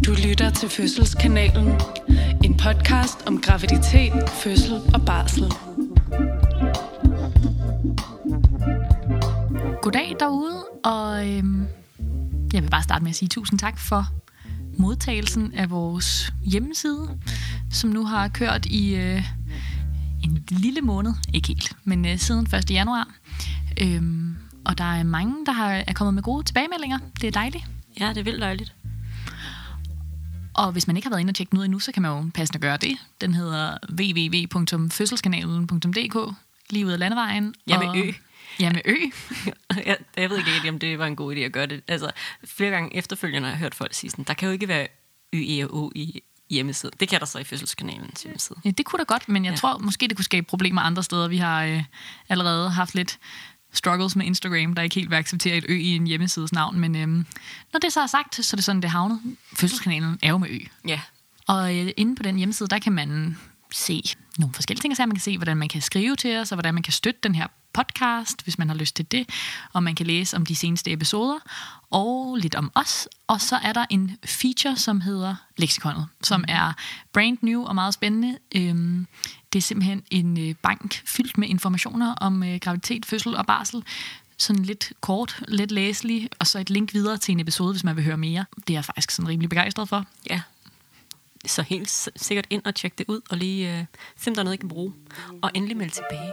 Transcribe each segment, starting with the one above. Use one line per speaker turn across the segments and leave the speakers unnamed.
Du lytter til Fødselskanalen, en podcast om graviditet, fødsel og barsel.
Goddag derude, og jeg vil bare starte med at sige tusind tak for modtagelsen af vores hjemmeside, som nu har kørt i en lille måned, ikke helt, men siden 1. januar. Og der er mange, der er kommet med gode tilbagemeldinger. Det er dejligt.
Ja, det er vildt dejligt.
Og hvis man ikke har været inde og tjekke den ud endnu, så kan man jo passende gøre det. Den hedder www.fødselskanalen.dk, lige ud af landevejen.
Ja, med ø.
Ja, med ø.
Jeg ved ikke, om det var en god idé at gøre det. Altså, flere gange efterfølgende har jeg hørt folk sige sådan, der kan jo ikke være ø, e og o i hjemmesiden. Det kan der så i Fødselskanalens hjemmeside.
Ja, det kunne da godt, men jeg tror måske, det kunne skabe problemer andre steder. Vi har allerede haft lidt struggles med Instagram, der ikke helt vil acceptere et ø i en hjemmesides navn. Men når det så er sagt, så er det sådan, det havnet. Fødselskanalen er jo med ø.
Ja.
Og inde på den hjemmeside, der kan man se nogle forskellige ting. Så man kan se, hvordan man kan skrive til os, og hvordan man kan støtte den her podcast, hvis man har lyst til det. Og man kan læse om de seneste episoder, og lidt om os. Og så er der en feature, som hedder Leksikonet, som er brand new og meget spændende. Det er simpelthen en bank fyldt med informationer om graviditet, fødsel og barsel. Sådan lidt kort, lidt læselig, og så et link videre til en episode, hvis man vil høre mere. Det er jeg faktisk sådan rimelig begejstret for.
Ja. Så helt sikkert ind og tjek det ud, og lige se, om der er noget, I kan bruge. Og endelig melde tilbage.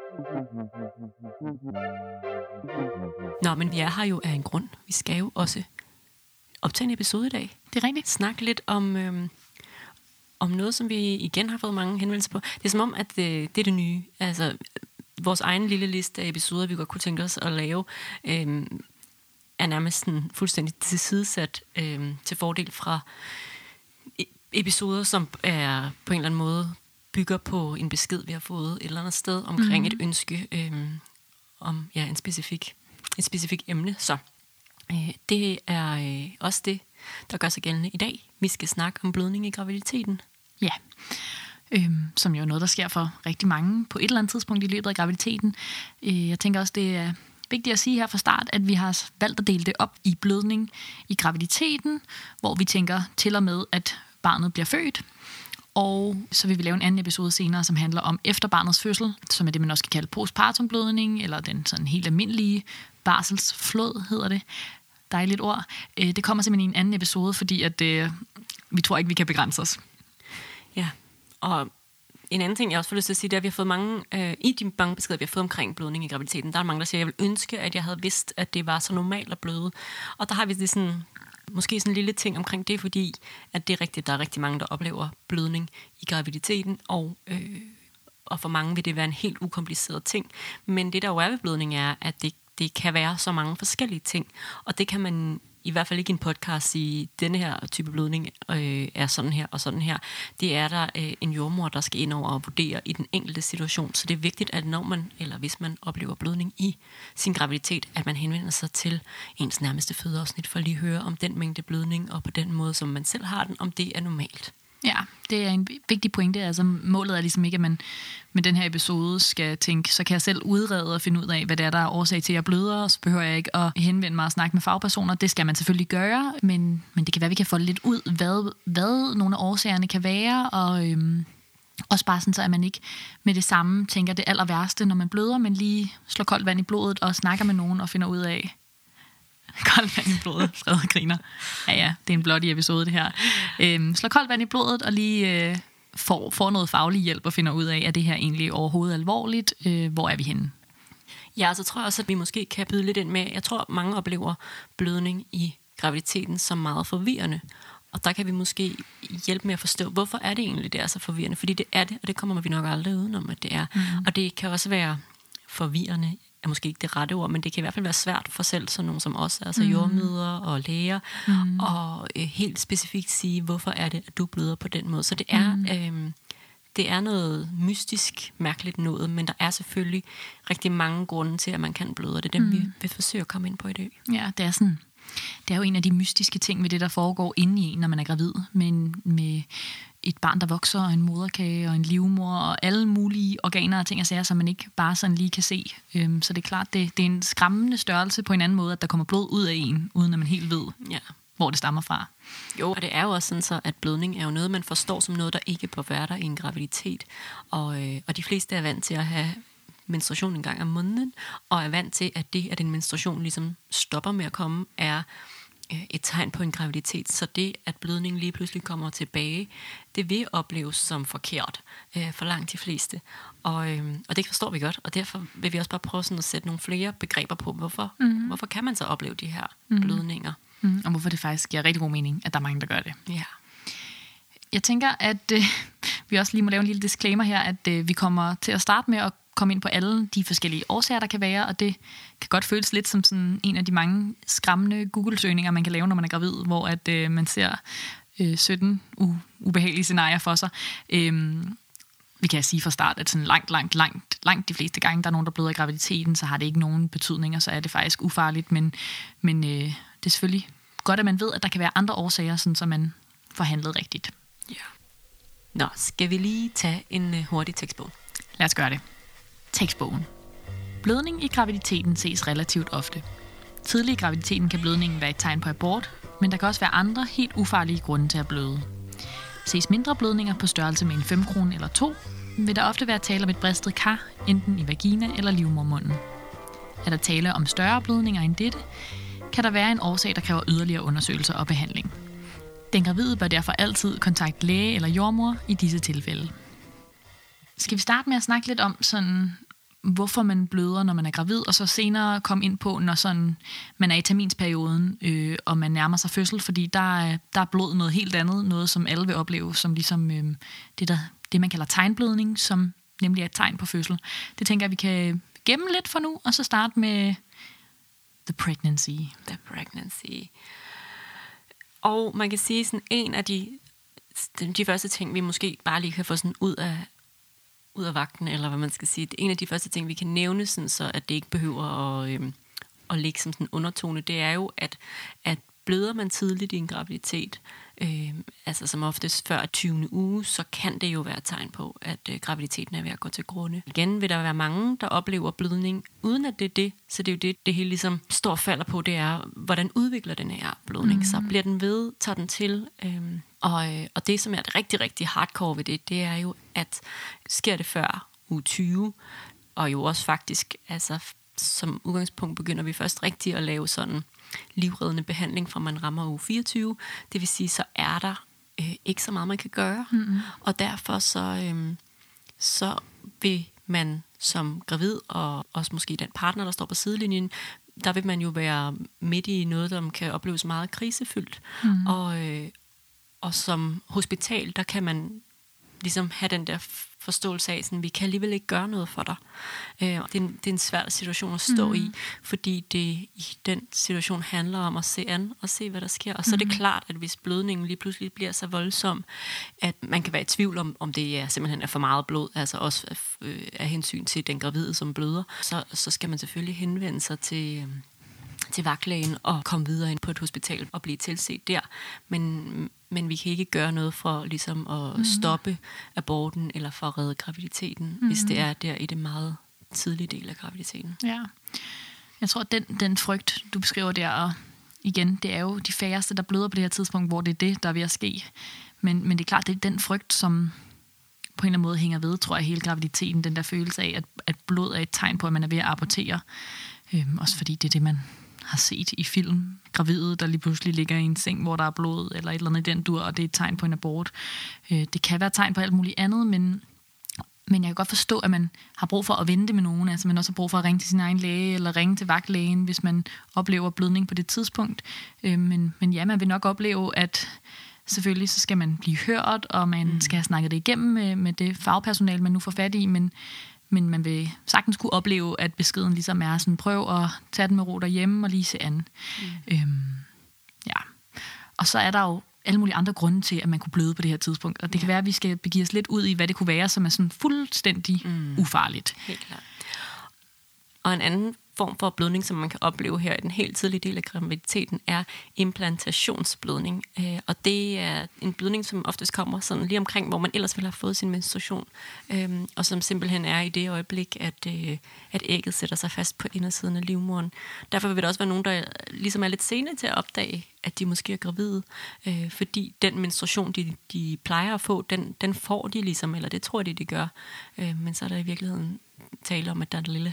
Nå, men vi er her jo af en grund. Vi skal jo også optage en episode i dag.
Det er rigtigt.
Snakke lidt om noget, som vi igen har fået mange henvendelser på. Det er som om, at det er det nye. Altså, vores egen lille liste af episoder, vi godt kunne tænke os at lave, er nærmest sådan fuldstændig tilsidesat til fordel fra episoder, som er på en eller anden måde bygger på en besked, vi har fået et eller andet sted omkring et ønske om et specifik emne. Så det er også det, der gør sig gældende i dag. Vi skal snakke om blødning i graviditeten.
Ja, som jo er noget, der sker for rigtig mange på et eller andet tidspunkt i løbet af graviditeten. Jeg tænker også, det er vigtigt at sige her fra start, at vi har valgt at dele det op i blødning i graviditeten, hvor vi tænker til og med, at barnet bliver født. Og så vil vi lave en anden episode senere, som handler om efter barnets fødsel, som er det, man også kan kalde postpartumblødning, eller den sådan helt almindelige barselsflåd, hedder det. Dejligt ord. Det kommer simpelthen i en anden episode, fordi at vi tror ikke, vi kan begrænse os.
Ja, og en anden ting, jeg også får lyst til at sige, det er, at vi har fået mange, i de mange beskeder, vi har fået omkring blødning i graviditeten, der er mange, der siger, at jeg vil ønske, at jeg havde vidst, at det var så normalt at bløde. Og der har vi det sådan, måske sådan en lille ting omkring det, fordi at det er rigtigt, der er rigtig mange, der oplever blødning i graviditeten, og for mange vil det være en helt ukompliceret ting. Men det, der jo er ved blødning, er, at det kan være så mange forskellige ting, og det kan man i hvert fald ikke i en podcast sige, denne her type blødning er sådan her og sådan her. Det er der en jordmor, der skal ind over og vurdere i den enkelte situation. Så det er vigtigt, at når man, eller hvis man oplever blødning i sin graviditet, at man henvender sig til ens nærmeste fødeafsnit for at lige høre om den mængde blødning, og på den måde, som man selv har den, om det er normalt.
Ja, det er en vigtig pointe. Altså, målet er ligesom ikke, at man med den her episode skal tænke, så kan jeg selv udrede og finde ud af, hvad det er, der er årsag til, at jeg bløder, og så behøver jeg ikke at henvende mig og snakke med fagpersoner. Det skal man selvfølgelig gøre, men det kan være, at vi kan få lidt ud, hvad nogle af årsagerne kan være, og også bare sådan, så at man ikke med det samme tænker det aller værste, når man bløder, men lige slår koldt vand i blodet og snakker med nogen og finder ud af, koldt vand i blodet, Frederik griner. Ja, det er en blottig episode, det her. Slå koldt vand i blodet, og lige får noget faglig hjælp og finder ud af, at det her egentlig overhovedet alvorligt. Hvor er vi henne?
Ja, så tror jeg også, at vi måske kan byde lidt ind med, jeg tror, mange oplever blødning i graviditeten som meget forvirrende. Og der kan vi måske hjælpe med at forstå, hvorfor er det egentlig, det er så forvirrende? Fordi det er det, og det kommer vi nok aldrig udenom, at det er. Og det kan også være forvirrende, er måske ikke det rette ord, men det kan i hvert fald være svært for selv sådan nogen som os, altså jordmødre og læger, og helt specifikt sige, hvorfor er det, at du bløder på den måde. Så det er noget mystisk, mærkeligt noget, men der er selvfølgelig rigtig mange grunde til, at man kan bløde, og det er dem, vi vil forsøge at komme ind på i dag.
Ja, det er sådan. Det er jo en af de mystiske ting ved det, der foregår inde i en, når man er gravid, men med et barn, der vokser, og en moderkage, og en livmor, og alle mulige organer og ting og sager, som man ikke bare sådan lige kan se. Så det er klart, det er en skræmmende størrelse på en anden måde, at der kommer blod ud af en, uden at man helt ved, hvor det stammer fra.
Jo, og det er jo også sådan så, at blødning er jo noget, man forstår som noget, der ikke bør være der i en graviditet. Og de fleste er vant til at have menstruation en gang om måneden, og er vant til, at det, at en menstruation ligesom stopper med at komme, er et tegn på en graviditet. Så det, at blødningen lige pludselig kommer tilbage, det vil opleves som forkert for langt de fleste. Og det forstår vi godt, og derfor vil vi også bare prøve sådan at sætte nogle flere begreber på, hvorfor kan man så opleve de her blødninger.
Og hvorfor det faktisk giver rigtig god mening, at der er mange, der gør det.
Ja.
Jeg tænker, at vi også lige må lave en lille disclaimer her, at vi kommer til at starte med at komme ind på alle de forskellige årsager, der kan være, og det kan godt føles lidt som sådan en af de mange skræmmende Google-søgninger, man kan lave, når man er gravid, hvor at man ser 17 ubehagelige scenarier for sig. Vi kan sige fra start, at sådan langt de fleste gange, der er nogen, der bløder i graviditeten, så har det ikke nogen betydning, og så er det faktisk ufarligt, men det er selvfølgelig godt, at man ved, at der kan være andre årsager, sådan, så man får handlet rigtigt.
Ja. Nå, skal vi lige tage en hurtig tekstbog?
Lad os gøre det. Tekstbogen. Blødning i graviditeten ses relativt ofte. Tidlig i graviditeten kan blødningen være et tegn på abort, men der kan også være andre helt ufarlige grunde til at bløde. Ses mindre blødninger på størrelse med en 5-krone eller 2, vil der ofte være tale om et bristet kar, enten i vagina eller livmodermunden. Er der tale om større blødninger end dette, kan der være en årsag, der kræver yderligere undersøgelser og behandling. Den gravide bør derfor altid kontakte læge eller jordmor i disse tilfælde. Skal vi starte med at snakke lidt om, sådan, hvorfor man bløder, når man er gravid, og så senere komme ind på, når sådan, man er i terminsperioden, og man nærmer sig fødsel, fordi der er blod noget helt andet, noget som alle vil opleve, som ligesom det man kalder tegnblødning, som nemlig er et tegn på fødsel. Det tænker jeg, vi kan gemme lidt for nu, og så starte med the pregnancy.
The pregnancy. Og man kan sige, sådan en af de første ting, vi måske bare lige kan få sådan ud af vagten, eller hvad man skal sige. En af de første ting, vi kan nævne, sådan, så at det ikke behøver at ligge som sådan en undertone, det er jo, at bløder man tidligt i en graviditet, altså som oftest før 20. uge, så kan det jo være et tegn på, at graviditeten er ved at gå til grunde. Igen vil der være mange, der oplever blødning, uden at det er det. Så det er jo det hele ligesom står og falder på, det er, hvordan udvikler den her blødning. Så bliver den ved, tager den til. Og det, som er det rigtig, rigtig hardcore ved det er jo, at sker det før uge 20, og jo også faktisk, altså som udgangspunkt begynder vi først rigtig at lave sådan livreddende behandling, fra man rammer uge 24. Det vil sige, så er der ikke så meget, man kan gøre. Og derfor så vil man som gravid, og også måske den partner, der står på sidelinjen, der vil man jo være midt i noget, der kan opleves meget krisefyldt. Og som hospital, der kan man ligesom have den der forståelse af, sådan, vi kan alligevel ikke gøre noget for dig. Det er en svær situation at stå i, fordi det i den situation handler om at se an og se, hvad der sker. Og så er det klart, at hvis blødningen lige pludselig bliver så voldsom, at man kan være i tvivl om det simpelthen er for meget blod, altså også af hensyn til den gravide, som bløder, så skal man selvfølgelig henvende sig til vagtlægen og komme videre ind på et hospital og blive tilset der. Men vi kan ikke gøre noget for ligesom at stoppe aborten eller for at redde graviditeten, hvis det er der i det meget tidlige del af graviditeten.
Ja. Jeg tror, at den frygt, du beskriver der, og igen, det er jo de færreste, der bløder på det her tidspunkt, hvor det er det, der er ved at ske. Men det er klart, det er den frygt, som på en eller anden måde hænger ved, tror jeg, hele graviditeten, den der følelse af, at blod er et tegn på, at man er ved at abortere. Også fordi det er det, man har set i film. Gravide, der lige pludselig ligger i en seng, hvor der er blod, eller et eller andet i den dur, og det er et tegn på en abort. Det kan være et tegn på alt muligt andet, men jeg kan godt forstå, at man har brug for at vente med nogen, altså man også har brug for at ringe til sin egen læge, eller ringe til vagtlægen, hvis man oplever blødning på det tidspunkt. Men ja, man vil nok opleve, at selvfølgelig så skal man blive hørt, og man skal have snakket det igennem med det fagpersonale, man nu får fat i, men man vil sagtens kunne opleve, at beskeden ligesom er sådan, prøv at tage den med ro derhjemme og lige se an. Ja. Og så er der jo alle mulige andre grunde til, at man kunne bløde på det her tidspunkt. Og det kan være, at vi skal begive os lidt ud i, hvad det kunne være, som er sådan fuldstændig ufarligt.
Helt klart. Og en anden form for blødning, som man kan opleve her i den helt tidlige del af graviditeten, er implantationsblødning. Og det er en blødning, som oftest kommer sådan lige omkring, hvor man ellers ville have fået sin menstruation. Og som simpelthen er i det øjeblik, at ægget sætter sig fast på indersiden af livmoderen. Derfor vil der også være nogen, der ligesom er lidt sene til at opdage, at de måske er gravide. Fordi den menstruation, de plejer at få, den får de ligesom, eller det tror de gør. Men så er der i virkeligheden tale om, at der er et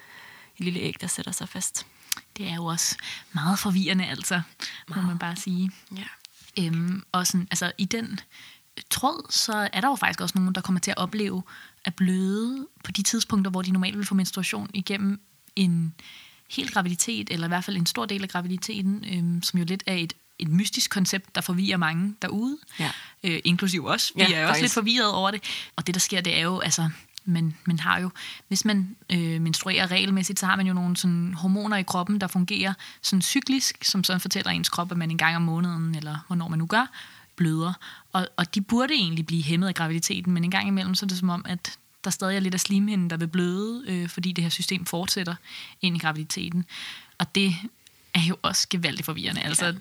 lille æg, der sætter sig fast.
Det er jo også meget forvirrende, altså, må man bare sige.
Ja.
Og sådan, altså, i den tråd, så er der jo faktisk også nogen, der kommer til at opleve at bløde på de tidspunkter, hvor de normalt vil få menstruation igennem en hel graviditet, eller i hvert fald en stor del af graviditeten, som jo lidt er et mystisk koncept, der forvirrer mange derude, inklusiv os. Vi er jo også lidt forvirret over det. Og det, der sker, det er jo, altså, man har jo, hvis man menstruerer regelmæssigt, så har man jo nogle sådan hormoner i kroppen, der fungerer sådan cyklisk, som sådan fortæller ens krop, at man en gang om måneden, eller hvornår man nu gør, bløder. Og de burde egentlig blive hæmmet af graviditeten, men en gang imellem, så er det som om, at der stadig er lidt af slimhinden, der vil bløde, fordi det her system fortsætter ind i graviditeten. Og det er jo også gevaldigt forvirrende. Altså,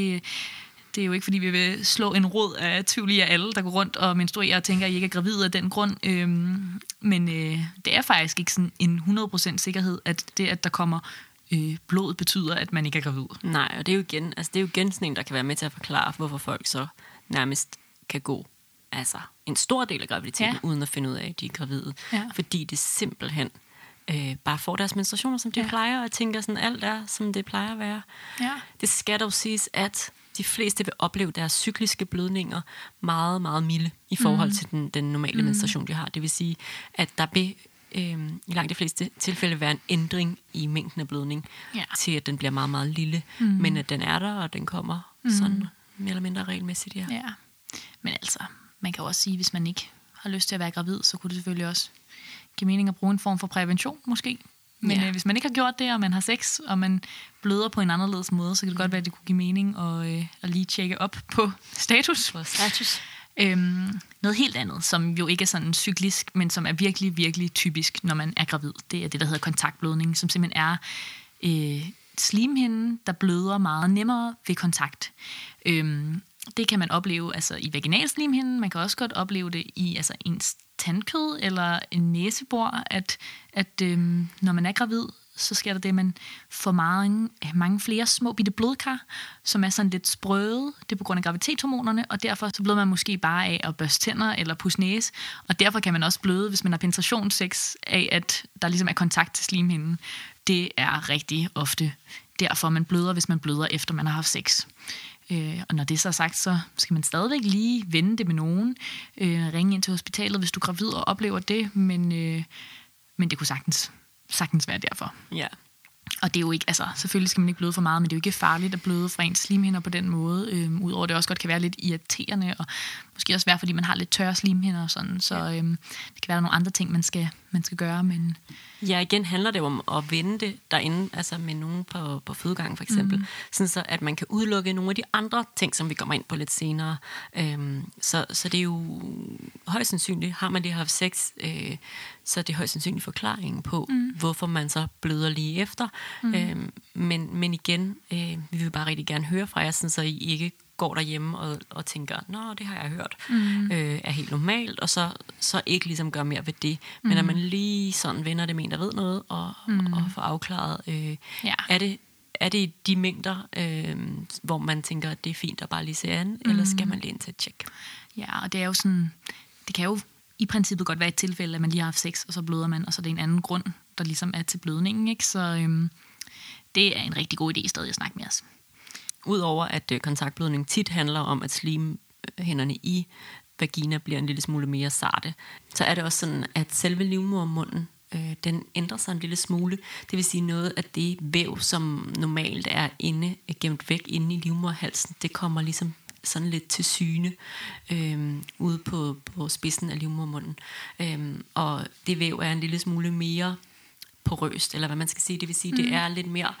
det er jo ikke, fordi vi vil slå en rod af tvivl i alle, der går rundt og menstruerer og tænker, at I ikke er gravide af den grund. Men det er faktisk ikke sådan en 100% sikkerhed, at det, at der kommer blod, betyder, at man ikke er gravid.
Nej, og det er jo igen sådan en, der kan være med til at forklare, hvorfor folk så nærmest kan gå en stor del af graviditeten, uden at finde ud af, at de er gravide. Ja. Fordi det simpelthen bare får deres menstruationer, som de plejer, og tænker sådan, alt er, som det plejer at være. Ja. Det skal dog siges, at de fleste vil opleve deres cykliske blødninger meget, meget milde i forhold til den normale menstruation, de har. Det vil sige, at der vil i langt de fleste tilfælde være en ændring i mængden af blødning, til at den bliver meget, meget lille. Men at den er der, og den kommer sådan mere eller mindre regelmæssigt. Ja.
Men altså, man kan jo også sige, hvis man ikke har lyst til at være gravid, så kunne det selvfølgelig også give mening at bruge en form for prævention, måske. Men hvis man ikke har gjort det, og man har sex, og man bløder på en anderledes måde, så kan det godt være, at det kunne give mening at lige tjekke op på status. Noget helt andet, som jo ikke er sådan cyklisk, men som er virkelig, virkelig typisk, når man er gravid. Det er det, der hedder kontaktblødning, som simpelthen er slimhinden, der bløder meget nemmere ved kontakt. Det kan man opleve i vaginalslimhinden. Man kan også godt opleve det i ens tandkød eller en næsebor, at når man er gravid, så sker der det, at man får mange flere små bitte blodkar, som er sådan lidt sprøde. Det er på grund af graviditetshormonerne, og derfor så bløder man måske bare af at børste tænder eller pusse næse. Og derfor kan man også bløde, hvis man har penetrationssex, af at der ligesom er kontakt til slimhinden. Det er rigtig ofte derfor, man bløder, hvis man bløder efter man har haft sex. Og når det så er sagt, så skal man stadigvæk lige vende det med nogen. Ringe ind til hospitalet, hvis du er gravid og oplever det, men det kunne sagtens være derfor.
Ja.
Og det er jo ikke, selvfølgelig skal man ikke bløde for meget, men det er jo ikke farligt at bløde fra ens slimhinder på den måde. Udover det også godt kan være lidt irriterende, og måske også være, fordi man har lidt tørre slimhinder og sådan. Så det kan være, der nogle andre ting, man skal gøre. Men
ja, igen handler det jo om at vende det derinde, med nogen på fødegangen for eksempel, sådan så at man kan udelukke nogle af de andre ting, som vi kommer ind på lidt senere. Så det er jo højst sandsynligt, har man lige haft sex, så er det højst sandsynligt forklaringen på, hvorfor man så bløder lige efter. Men igen, vi vil bare rigtig gerne høre fra jer, sådan så I ikke går derhjemme og tænker, nå, det har jeg hørt, er helt normalt, og så ikke ligesom gør mere ved det. Men at man lige sådan vender det med en, der ved noget, og får afklaret, er det de mængder, hvor man tænker, at det er fint at bare lige se an, eller skal man lige ind til et tjek?
Ja, og det er jo sådan, det kan jo i princippet godt være et tilfælde, at man lige har haft sex, og så bløder man, og så er det en anden grund, der ligesom er til blødningen, ikke? Så det er en rigtig god idé stadig at snakke med os.
Udover at kontaktblødning tit handler om, at slimhinderne i vagina bliver en lille smule mere sarte, så er det også sådan, at selve livmodermunden, den ændrer sig en lille smule. Det vil sige noget af det væv, som normalt er gemt væk inde i livmoderhalsen, det kommer ligesom sådan lidt til syne ude på spidsen af livmodermunden. Og det væv er en lille smule mere porøst, eller hvad man skal sige. Det vil sige, det er lidt mere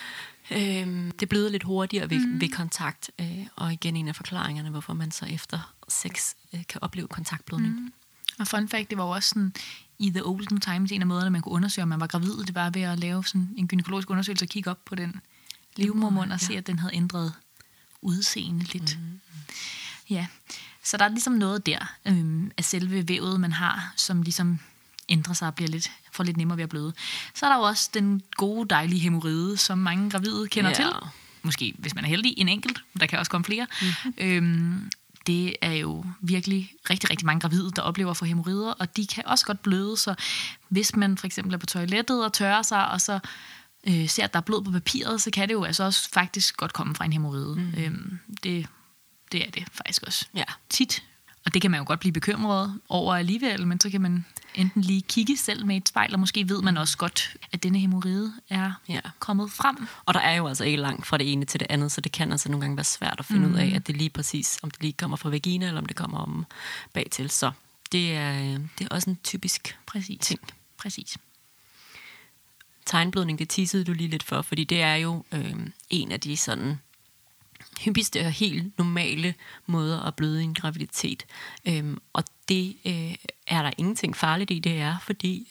det bløder lidt hurtigere ved kontakt, og igen en af forklaringerne, hvorfor man så efter sex kan opleve kontaktblødning.
Og fun fact, det var også sådan, i the olden times, en af måderne, man kunne undersøge, om man var gravid, det var ved at lave sådan en gynækologisk undersøgelse og kigge op på den livmormund og se, at den havde ændret udseende lidt. Ja, så der er ligesom noget der af selve vævet, man har, som ligesom ændrer sig og bliver får lidt nemmere ved at bløde. Så er der jo også den gode, dejlige hæmoride, som mange gravide kender til. Måske, hvis man er heldig, en enkelt. Der kan også komme flere. Det er jo virkelig rigtig, rigtig mange gravide, der oplever at få hæmorider, og de kan også godt bløde, så hvis man for eksempel er på toilettet og tørrer sig, og så ser, at der er blod på papiret, så kan det jo altså også faktisk godt komme fra en hæmoride. Det er det faktisk også tit. Og det kan man jo godt blive bekymret over alligevel, men så kan man enten lige kigge selv med et spejl, og måske ved man også godt, at denne hæmoride er kommet frem. Og der er jo altså ikke langt fra det ene til det andet, så det kan altså nogle gange være svært at finde ud af, at det lige præcis, om det lige kommer fra vagina, eller om det kommer om bagtil. Så det er også en typisk ting. Præcis.
Tegnblødning, det tissede du lige lidt for, fordi det er jo en af de sådan hyppigste og helt normale måder at bløde i en graviditet. Og det er der ingenting farligt i, det er, fordi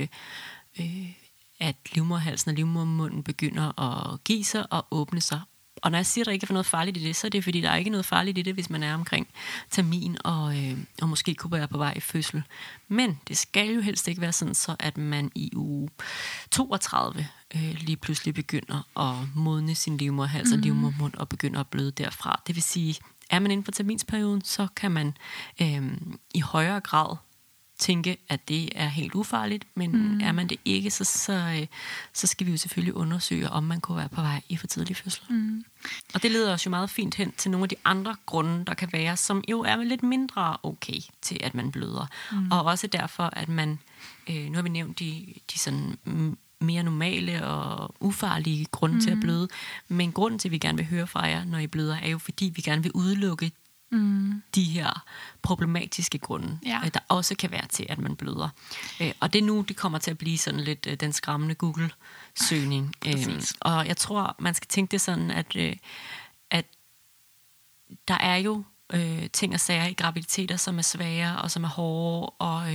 at livmoderhalsen og livmodermunden begynder at give sig og åbne sig. Og når jeg siger, at der ikke er noget farligt i det, så er det, fordi der er ikke noget farligt i det, hvis man er omkring termin og måske kunne være på vej i fødsel. Men det skal jo helst ikke være sådan, så at man i uge 32 lige pludselig begynder at modne sin livmoderhals og livmodermund og begynder at bløde derfra. Det vil sige, er man inden for terminsperioden, så kan man i højere grad tænke, at det er helt ufarligt, men er man det ikke, så skal vi jo selvfølgelig undersøge, om man kunne være på vej i for tidlig fødsel. Og det leder os jo meget fint hen til nogle af de andre grunde, der kan være, som jo er lidt mindre okay til, at man bløder. Og også derfor, at man, nu har vi nævnt de sådan mere normale og ufarlige grunde til at bløde, men grunden til, at vi gerne vil høre fra jer, når I bløder, er jo fordi, vi gerne vil udelukke de her problematiske grunde, der også kan være til, at man bløder. Og det er nu, det kommer til at blive sådan lidt den skræmmende Google-søgning. Og jeg tror, man skal tænke det sådan, at der er jo ting og sager i graviditeter, som er svære og som er hårde,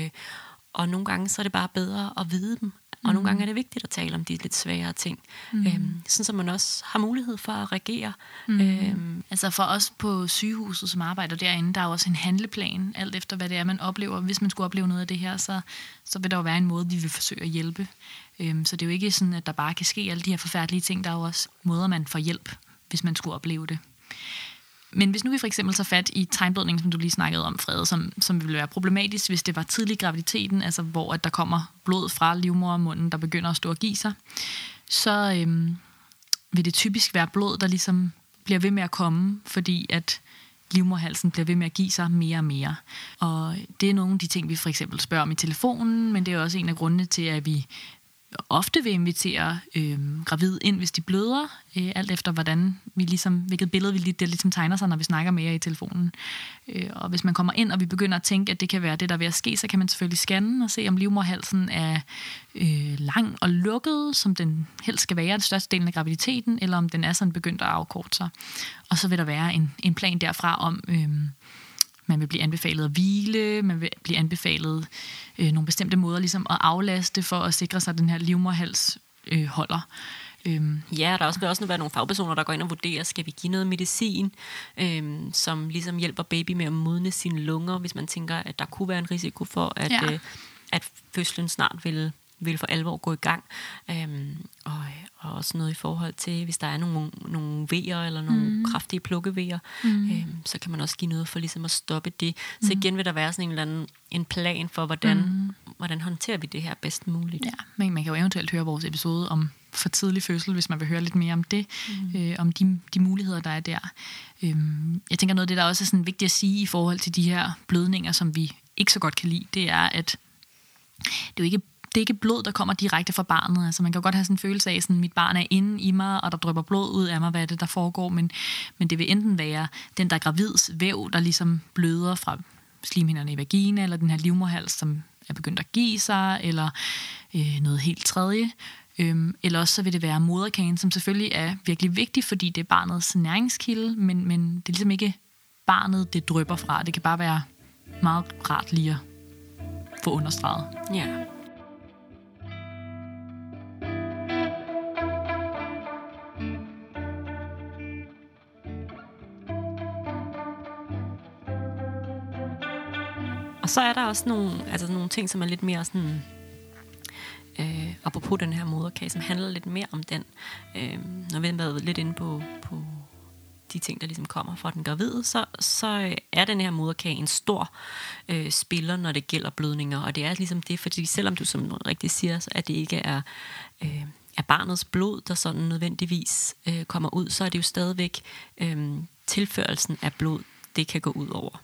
og nogle gange så er det bare bedre at vide dem. Og nogle gange er det vigtigt at tale om de lidt sværere ting. Sådan, så man også har mulighed for at reagere.
Altså for os på sygehuset, som arbejder derinde, der er også en handleplan, alt efter hvad det er, man oplever. Hvis man skulle opleve noget af det her, så vil der jo være en måde, vi vil forsøge at hjælpe. Så det er jo ikke sådan, at der bare kan ske alle de her forfærdelige ting. Der er jo også måder, man får hjælp, hvis man skulle opleve det. Men hvis nu vi for eksempel tager fat i tegnblødning, som du lige snakkede om, Frede, som ville være problematisk, hvis det var tidlig i graviditeten, altså hvor at der kommer blod fra livmodermunden, der begynder at stå og give sig, så vil det typisk være blod, der ligesom bliver ved med at komme, fordi at livmoderhalsen bliver ved med at give sig mere og mere. Og det er nogle af de ting, vi for eksempel spørger om i telefonen, men det er også en af grundene til, at vi ofte vil invitere gravide ind, hvis de bløder, alt efter hvordan vi ligesom, hvilket billede vi det ligesom tegner sig, når vi snakker med jer i telefonen. Og hvis man kommer ind, og vi begynder at tænke, at det kan være det, der er ved at ske, så kan man selvfølgelig scanne og se, om livmoderhalsen er lang og lukket, som den helst skal være, den største del af graviditeten, eller om den er sådan begyndt at afkorte sig. Og så vil der være en plan derfra om man vil blive anbefalet at hvile, man vil blive anbefalet nogle bestemte måder ligesom at aflaste for at sikre sig, at den her livmoderhals holder.
Ja, der vil også være nogle fagpersoner, der går ind og vurderer, skal vi give noget medicin, som ligesom hjælper baby med at modne sine lunger, hvis man tænker, at der kunne være en risiko for, at fødslen snart vil for alvor gå i gang. Og også noget i forhold til, hvis der er nogle vejer eller nogle kraftige plukkevejer, så kan man også give noget for ligesom at stoppe det. Så igen vil der være sådan en eller anden en plan for, hvordan håndterer vi det her bedst muligt.
Ja, men man kan jo eventuelt høre vores episode om for tidlig fødsel, hvis man vil høre lidt mere om det, om de muligheder, der er der. Jeg tænker noget af det, der også er sådan vigtigt at sige i forhold til de her blødninger, som vi ikke så godt kan lide, det er, at det er ikke blod, der kommer direkte fra barnet. Altså man kan jo godt have sådan en følelse af, at mit barn er inde i mig, og der drypper blod ud af mig, hvad er det, der foregår. Men det vil enten være den, der er gravids væv, der ligesom bløder fra slimhinderne i vagina, eller den her livmoderhals, som er begyndt at give sig, eller noget helt tredje. Eller også så vil det være moderkagen, som selvfølgelig er virkelig vigtig, fordi det er barnets næringskilde, men det er ligesom ikke barnet, det drypper fra. Det kan bare være meget rart lige at få understreget.
Ja. Og så er der også nogle ting, som er lidt mere sådan, apropos den her moderkage, som handler lidt mere om den. Når vi har været lidt inde på de ting, der ligesom kommer fra den gravide, så er den her moderkage en stor spiller, når det gælder blødninger. Og det er ligesom det, fordi selvom du som rigtig siger, at det ikke er barnets blod, der sådan nødvendigvis kommer ud, så er det jo stadigvæk tilførelsen af blod, det kan gå ud over.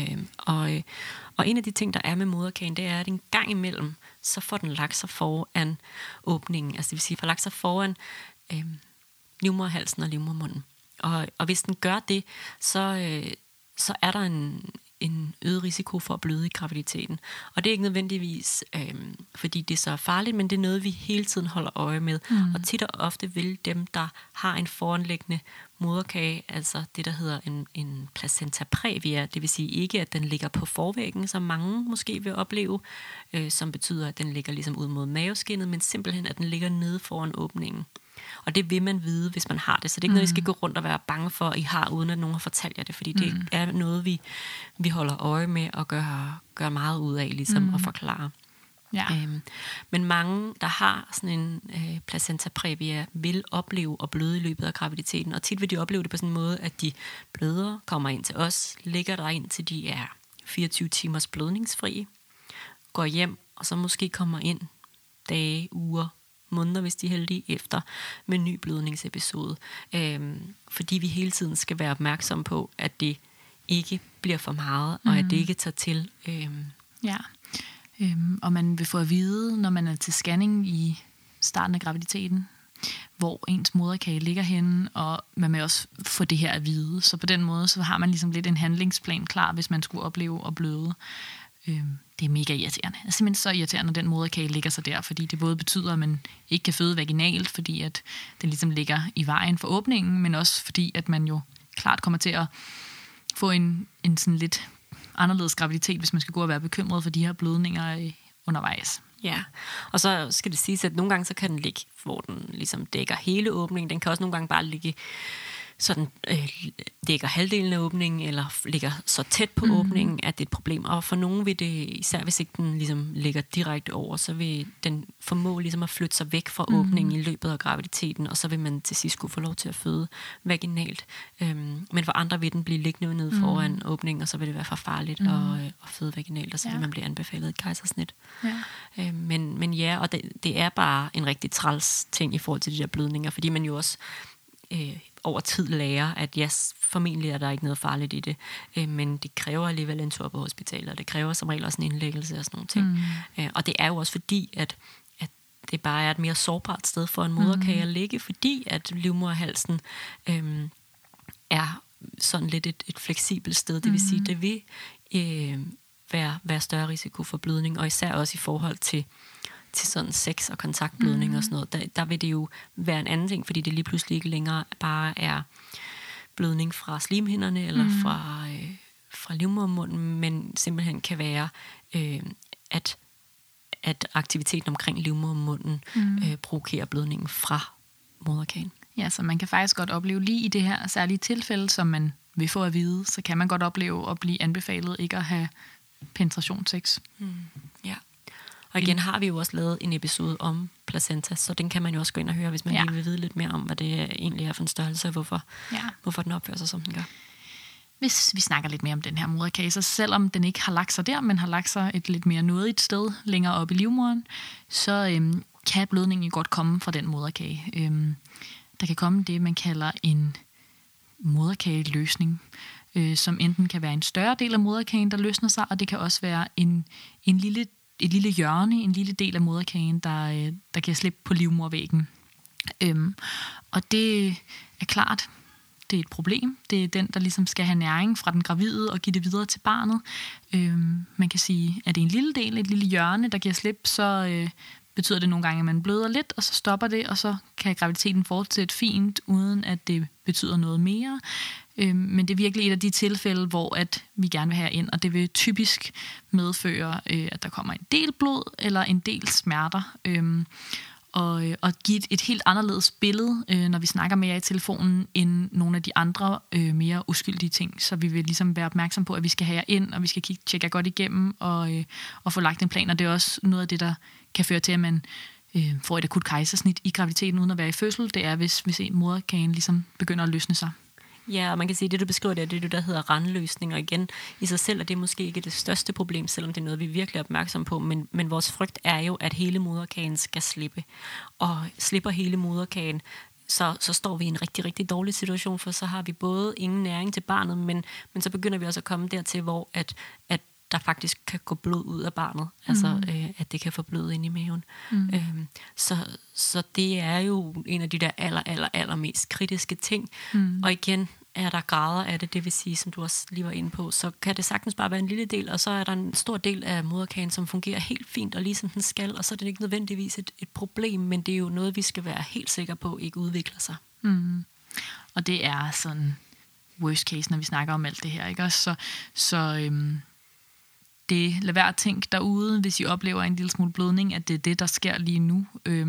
Og en af de ting, der er med moderkagen, det er, at en gang imellem, så får den lagt sig foran åbningen. Altså det vil sige, får lagt sig foran livmoderhalsen og livmodermunden. Og hvis den gør det, så er der en øget risiko for at bløde i graviditeten. Og det er ikke nødvendigvis, fordi det er så farligt, men det er noget, vi hele tiden holder øje med. Og tit og ofte vil dem, der har en foranliggende moderkage, altså det, der hedder en placenta previa, det vil sige ikke, at den ligger på forvæggen, som mange måske vil opleve, som betyder, at den ligger ligesom ud mod maveskindet, men simpelthen, at den ligger nede foran åbningen. Og det vil man vide, hvis man har det. Så det er ikke noget, I skal gå rundt og være bange for, at I har, uden at nogen har fortalt jer det. Fordi det er noget, vi holder øje med og gør meget ud af, ligesom at forklare.
Ja.
Men mange, der har sådan en placenta previa, vil opleve at bløde i løbet af graviditeten. Og tit vil de opleve det på sådan en måde, at de bløder, kommer ind til os, ligger der ind til de er 24 timers blødningsfri, går hjem, og så måske kommer ind dage, uger, måneder, hvis de er heldige, efter med en ny blødningsepisode. Fordi vi hele tiden skal være opmærksomme på, at det ikke bliver for meget, og at det ikke tager til.
Ja, og man vil få at vide, når man er til scanning i starten af graviditeten, hvor ens moderkage ligger henne, og man vil også få det her at vide. Så på den måde, så har man ligesom lidt en handlingsplan klar, hvis man skulle opleve at bløde. Det er mega irriterende. Det er simpelthen så irriterende, når den moderkage ligger sig der, fordi det både betyder, at man ikke kan føde vaginalt, fordi at den ligesom ligger i vejen for åbningen, men også fordi, at man jo klart kommer til at få en sådan lidt anderledes graviditet, hvis man skal gå og være bekymret for de her blødninger undervejs.
Ja, og så skal det siges, at nogle gange så kan den ligge, hvor den ligesom dækker hele åbningen. Den kan også nogle gange bare ligge sådan dækker halvdelen af åbningen, eller ligger så tæt på åbningen, at det er et problem. Og for nogen vil det, især hvis ikke den ligesom ligger direkte over, så vil den formå ligesom at flytte sig væk fra åbningen i løbet af graviditeten, og så vil man til sidst kunne få lov til at føde vaginalt. Men for andre vil den blive liggende nede foran åbningen, og så vil det være for farligt at føde vaginalt, og så vil man blive anbefalet et kejsersnit. Ja. Men ja, og det er bare en rigtig træls ting i forhold til de der blødninger, fordi man jo også over tid lærer, at formentlig er der ikke noget farligt i det, men det kræver alligevel en tur på hospitalet, og det kræver som regel også en indlæggelse og sådan nogle ting. Og det er jo også fordi, at det bare er et mere sårbart sted for en moderkage at ligge, fordi at livmoderhalsen er sådan lidt et fleksibelt sted. Det vil sige, det vil være større risiko for blødning, og især også i forhold til sådan sex og kontaktblødning og sådan noget, der vil det jo være en anden ting, fordi det lige pludselig ikke længere bare er blødning fra slimhinderne eller fra livmodermunden, men simpelthen kan være, at aktiviteten omkring livmodermunden provokerer blødningen fra moderkagen.
Ja, så man kan faktisk godt opleve lige i det her særlige tilfælde, som man vil få at vide, så kan man godt opleve at blive anbefalet ikke at have penetrationssex.
Ja. Og igen har vi jo også lavet en episode om placenta, så den kan man jo også gå ind og høre, hvis man lige vil vide lidt mere om, hvad det egentlig er for en størrelse, og hvorfor den opfører sig, som den gør.
Hvis vi snakker lidt mere om den her moderkage, så selvom den ikke har lagt sig der, men har lagt sig et lidt mere nådigt sted længere op i livmoderen, så kan blødningen godt komme fra den moderkage. Der kan komme det, man kalder en moderkageløsning, som enten kan være en større del af moderkagen, der løsner sig, og det kan også være et lille hjørne, en lille del af moderkagen, der kan slippe på livmodervæggen. Og det er klart, det er et problem. Det er den, der ligesom skal have næring fra den gravide og give det videre til barnet. Man kan sige, at det er en lille del, et lille hjørne, der giver slip, så betyder det nogle gange, at man bløder lidt, og så stopper det, og så kan graviditeten fortsætte fint, uden at det betyder noget mere. Men det er virkelig et af de tilfælde, hvor at vi gerne vil have ind, og det vil typisk medføre, at der kommer en del blod eller en del smerter. Og give et helt anderledes billede, når vi snakker med jer i telefonen, end nogle af de andre mere uskyldige ting. Så vi vil ligesom være opmærksom på, at vi skal have jer ind, og vi skal tjekke jer godt igennem og få lagt en plan. Og det er også noget af det, der kan føre til, at man får et akut kejsersnit i graviditeten uden at være i fødsel. Det er, hvis en moderkagen ligesom begynder at løsne sig.
Ja, og man kan sige, at det, du beskriver, det er det, der hedder randløsning. Og igen, i sig selv er det måske ikke det største problem, selvom det er noget, vi virkelig er opmærksom på. Men vores frygt er jo, at hele moderkagen skal slippe. Og slipper hele moderkagen, så står vi i en rigtig, rigtig dårlig situation, for så har vi både ingen næring til barnet, men så begynder vi også at komme dertil, hvor at der faktisk kan gå blod ud af barnet. Altså, at det kan få blod ind i maven. Så det er jo en af de der aller mest kritiske ting. Og igen, er der grader af det vil sige, som du også lige var inde på, så kan det sagtens bare være en lille del, og så er der en stor del af moderkagen, som fungerer helt fint og ligesom den skal, og så er det ikke nødvendigvis et problem, men det er jo noget, vi skal være helt sikre på, ikke udvikler sig.
Og det er sådan worst case, når vi snakker om alt det her, ikke også? Så det lad være at tænke derude, hvis I oplever en lille smule blødning, at det er det, der sker lige nu.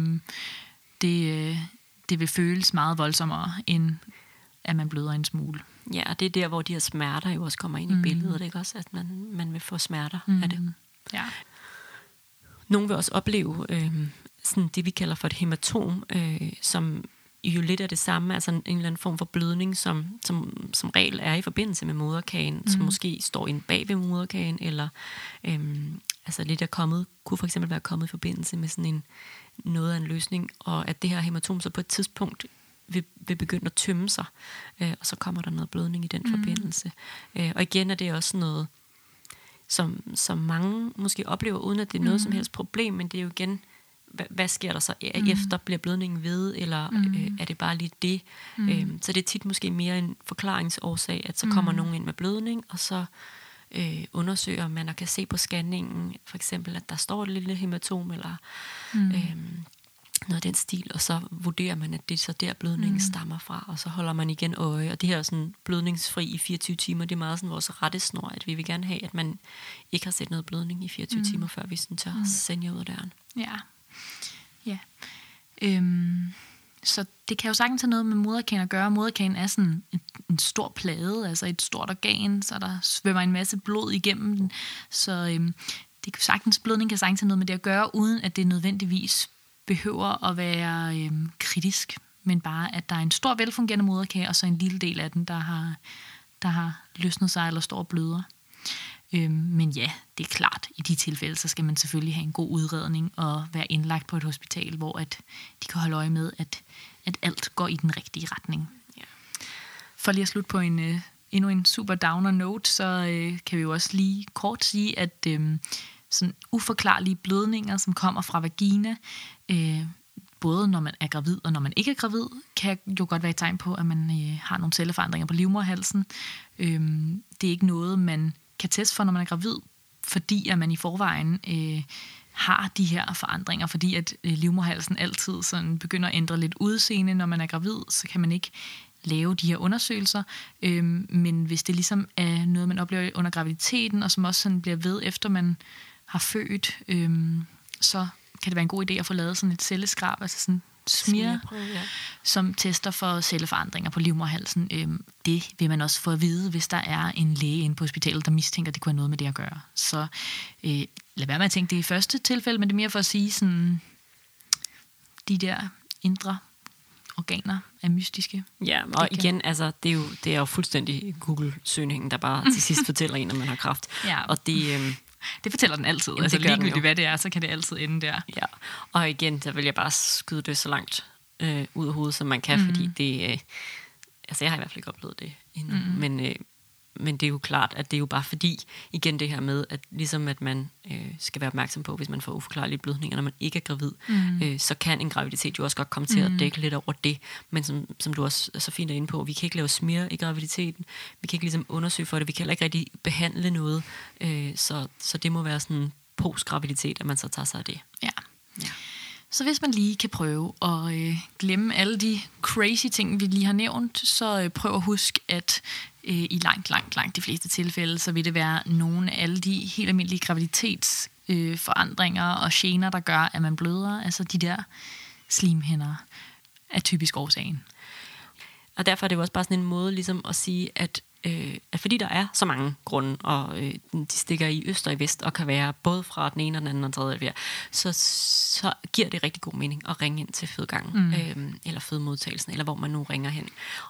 Det vil føles meget voldsommere, end at man bløder en smule.
Ja, og det er der, hvor de her smerter jo også kommer ind i billedet, ikke også? At man vil få smerter af det.
Ja.
Nogle vil også opleve sådan det, vi kalder for et hematom, som jo lidt er det samme, altså en eller anden form for blødning, som regel er i forbindelse med moderkagen, som måske står inde bag ved moderkagen, eller altså lidt er kommet, kunne for eksempel være kommet i forbindelse med sådan noget af en løsning, og at det her hematom så på et tidspunkt vil begynde at tømme sig, og så kommer der noget blødning i den forbindelse. Og igen er det også noget, som mange måske oplever, uden at det er noget som helst problem, men det er jo igen, hvad sker der så efter? Bliver blødningen ved, eller er det bare lige det? Så det er tit måske mere en forklaringsårsag, at så kommer nogen ind med blødning, og så undersøger man og kan se på scanningen, for eksempel, at der står et lille hematom, eller noget af den stil, og så vurderer man, at det er så der blødningen stammer fra, og så holder man igen øje, og det her er sådan blødningsfri i 24 timer, det er meget sådan vores rettesnor, at vi vil gerne have, at man ikke har set noget blødning i 24 timer, før vi sådan tør sende jer ud af døren.
Ja. Så det kan jo sagtens have noget med moderkagen at gøre. Moderkagen er sådan en stor plade, altså et stort organ, så der svømmer en masse blod igennem den. Så det kan sagtens, blødning kan sagtens have noget med det at gøre, uden at det nødvendigvis behøver at være kritisk, men bare at der er en stor velfungerende moderkage, og så en lille del af den, der har løsnet sig eller står og bløder. Men ja, det er klart, i de tilfælde, så skal man selvfølgelig have en god udredning og være indlagt på et hospital, hvor at de kan holde øje med, at alt går i den rigtige retning. Ja. For lige at slutte på endnu en super downer note, så kan vi jo også lige kort sige, at sådan uforklarlige blødninger, som kommer fra vagina, både når man er gravid og når man ikke er gravid, kan jo godt være et tegn på, at man har nogle celleforandringer på livmoderhalsen. Det er ikke noget, man kan teste for, når man er gravid, fordi at man i forvejen har de her forandringer, fordi at livmoderhalsen altid sådan begynder at ændre lidt udseende, når man er gravid, så kan man ikke lave de her undersøgelser. Men hvis det ligesom er noget, man oplever under graviditeten, og som også sådan bliver ved, efter man har født, så kan det være en god idé at få lavet sådan et celleskrab, altså sådan smear, som tester for celleforandringer på livmoderhalsen. Det vil man også få at vide, hvis der er en læge inde på hospitalet, der mistænker, at det kunne have noget med det at gøre. Så lad være med at tænke det i første tilfælde, men det er mere for at sige, sådan, de der indre organer er mystiske. Ja,
og igen, altså, det er jo fuldstændig Google-søgningen, der bare til sidst fortæller en, at man har kræft.
Ja.
Og
det fortæller den altid. Altså ligegyldigt hvad det er, så kan det altid ende der. Ja.
Og igen, der vil jeg bare skyde det så langt ud af hovedet, som man kan, fordi det... altså, jeg har i hvert fald ikke oplevet det endnu. Men det er jo klart, at det er jo bare fordi, igen det her med, at ligesom at man skal være opmærksom på, hvis man får uforklarlige blødninger, når man ikke er gravid, så kan en graviditet jo også godt komme til at dække lidt over det. Men som du også er så fint er inde på, vi kan ikke lave smear i graviditeten, vi kan ikke ligesom undersøge for det, vi kan heller ikke rigtig behandle noget, så det må være sådan post-graviditet, at man så tager sig af det.
Ja. Så hvis man lige kan prøve at glemme alle de crazy ting, vi lige har nævnt, så prøv at huske, at i langt de fleste tilfælde, så vil det være nogle af alle de helt almindelige graviditetsforandringer og gener, der gør, at man bløder. Altså de der slimhinder er typisk årsagen.
Og derfor er det jo også bare sådan en måde ligesom at sige, at fordi der er så mange grunde, og de stikker i øst og i vest, og kan være både fra den ene og den anden og den tredje, så giver det rigtig god mening at ringe ind til fødegangen, eller fødemodtagelsen, eller hvor man nu ringer hen.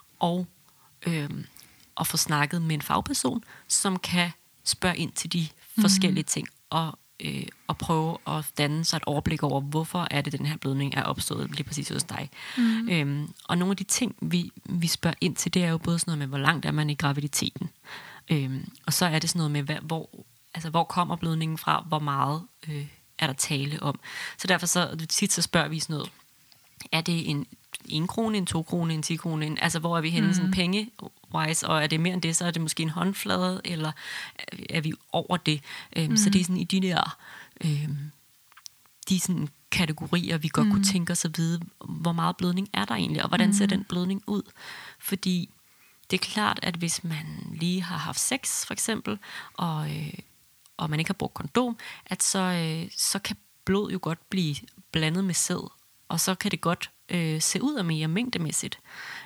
Og få snakket med en fagperson, som kan spørge ind til de forskellige ting, og prøve at danne sig et overblik over, hvorfor er det, den her blødning er opstået lige præcis hos dig. Og nogle af de ting, vi spørger ind til, det er jo både sådan noget med, hvor langt er man i graviditeten. Og så er det sådan noget med, hvor kommer blødningen fra, hvor meget er der tale om. Så derfor så tit så spørger vi sådan noget, er det en 1 krone, en 2 krone, en 10 krone, altså hvor er vi henne sådan penge-wise, og er det mere end det, så er det måske en håndflade, eller er vi over det? Så det er sådan i de der de sådan kategorier, vi godt kunne tænke os at vide, hvor meget blødning er der egentlig, og hvordan ser den blødning ud? Fordi det er klart, at hvis man lige har haft sex, for eksempel, og man ikke har brugt kondom, at så kan blod jo godt blive blandet med sæd, og så kan det godt se ud af mere mængdemæssigt,